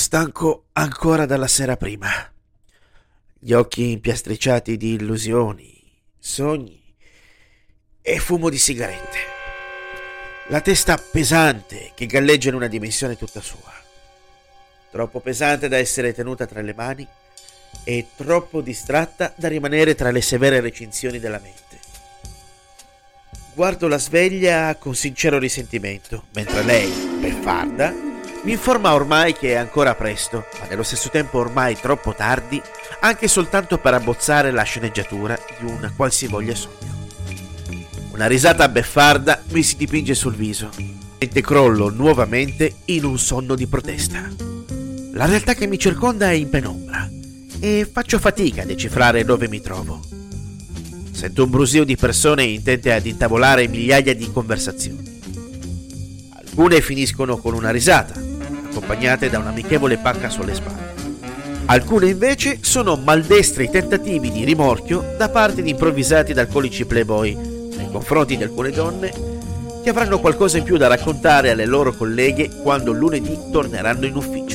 stanco ancora dalla sera prima. Gli occhi impiastriciati di illusioni, sogni e fumo di sigarette. La testa pesante che galleggia in una dimensione tutta sua. Troppo pesante da essere tenuta tra le mani e troppo distratta da rimanere tra le severe recinzioni della mente. Guardo la sveglia con sincero risentimento, mentre lei, beffarda, mi informa ormai che è ancora presto, ma nello stesso tempo ormai troppo tardi, anche soltanto per abbozzare la sceneggiatura di un qualsivoglia sogno. Una risata beffarda mi si dipinge sul viso, mentre crollo nuovamente in un sonno di protesta. La realtà che mi circonda è in penombra e faccio fatica a decifrare dove mi trovo. Sento un brusio di persone intente ad intavolare migliaia di conversazioni. Alcune finiscono con una risata, accompagnate da un'amichevole pacca sulle spalle. Alcune invece sono maldestri tentativi di rimorchio da parte di improvvisati ed alcolici playboy nei confronti di alcune donne che avranno qualcosa in più da raccontare alle loro colleghe quando lunedì torneranno in ufficio.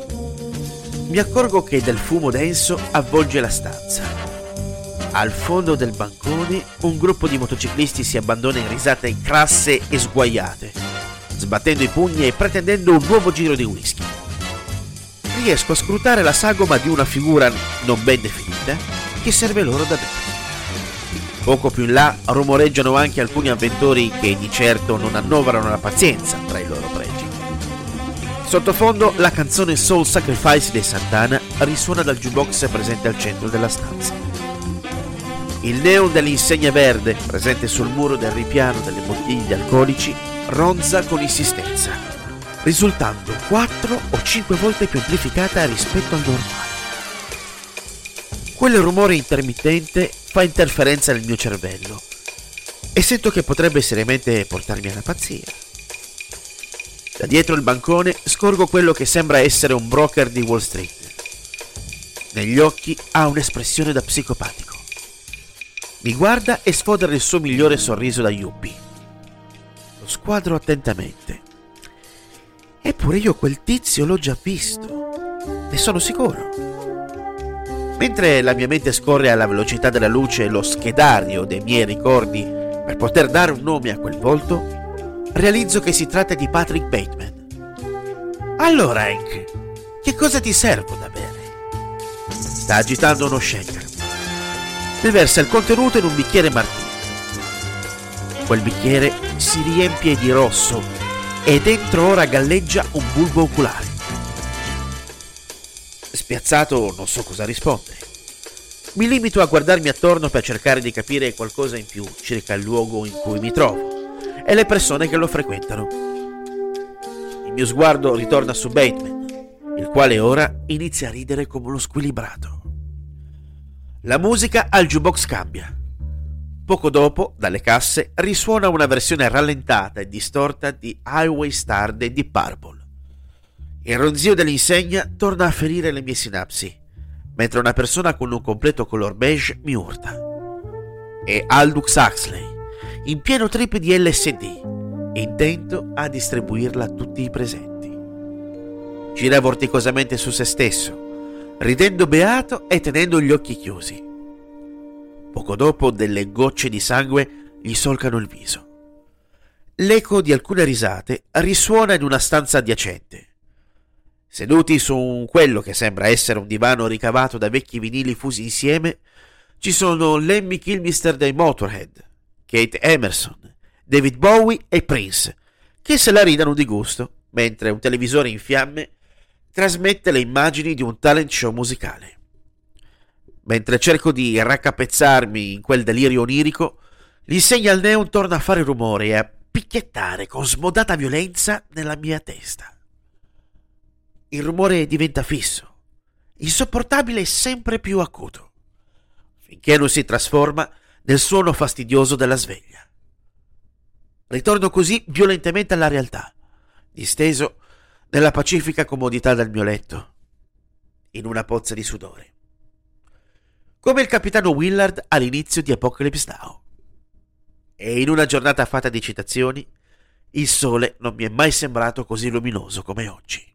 Mi accorgo che del fumo denso avvolge la stanza. Al fondo del bancone un gruppo di motociclisti si abbandona in risate crasse e sguaiate, sbattendo i pugni e pretendendo un nuovo giro di whisky. Riesco a scrutare la sagoma di una figura non ben definita che serve loro da bere. Poco più in là rumoreggiano anche alcuni avventori che di certo non annoverano la pazienza tra i loro pregi. Sottofondo la canzone Soul Sacrifice dei Santana risuona dal jukebox presente al centro della stanza. Il neon dell'insegna verde presente sul muro del ripiano delle bottiglie alcolici ronza con insistenza, risultando 4 o 5 volte più amplificata rispetto al normale. Quel rumore intermittente fa interferenza nel mio cervello e sento che potrebbe seriamente portarmi alla pazzia. Da dietro il bancone scorgo quello che sembra essere un broker di Wall Street. Negli occhi ha un'espressione da psicopatico. Mi guarda e sfodera il suo migliore sorriso da yuppie. Lo squadro attentamente. Eppure io quel tizio l'ho già visto. Ne sono sicuro. Mentre la mia mente scorre alla velocità della luce lo schedario dei miei ricordi per poter dare un nome a quel volto, realizzo che si tratta di Patrick Bateman. Allora, Hank, che cosa ti servo da bere? Sta agitando uno shaker. Mi versa il contenuto in un bicchiere martini. Quel bicchiere si riempie di rosso e dentro ora galleggia un bulbo oculare. Spiazzato non so cosa rispondere. Mi limito a guardarmi attorno per cercare di capire qualcosa in più circa il luogo in cui mi trovo e le persone che lo frequentano. Il mio sguardo ritorna su Bateman, il quale ora inizia a ridere come uno squilibrato. La musica al jukebox cambia. Poco dopo, dalle casse, risuona una versione rallentata e distorta di Highway Star dei Deep Purple. Il ronzio dell'insegna torna a ferire le mie sinapsi, mentre una persona con un completo color beige mi urta. È Aldous Huxley, in pieno trip di LSD, intento a distribuirla a tutti i presenti. Gira vorticosamente su se stesso, ridendo beato e tenendo gli occhi chiusi. Poco dopo delle gocce di sangue gli solcano il viso. L'eco di alcune risate risuona in una stanza adiacente. Seduti su quello che sembra essere un divano ricavato da vecchi vinili fusi insieme, ci sono Lemmy Kilmister dei Motorhead, Kate Emerson, David Bowie e Prince, che se la ridano di gusto, mentre un televisore in fiamme trasmette le immagini di un talent show musicale. Mentre cerco di raccapezzarmi in quel delirio onirico, l'insegna al neon torna a fare rumore e a picchiettare con smodata violenza nella mia testa. Il rumore diventa fisso, insopportabile e sempre più acuto, finché non si trasforma nel suono fastidioso della sveglia. Ritorno così violentemente alla realtà, disteso nella pacifica comodità del mio letto, in una pozza di sudore. Come il capitano Willard all'inizio di Apocalypse Now. E in una giornata fatta di citazioni, il sole non mi è mai sembrato così luminoso come oggi.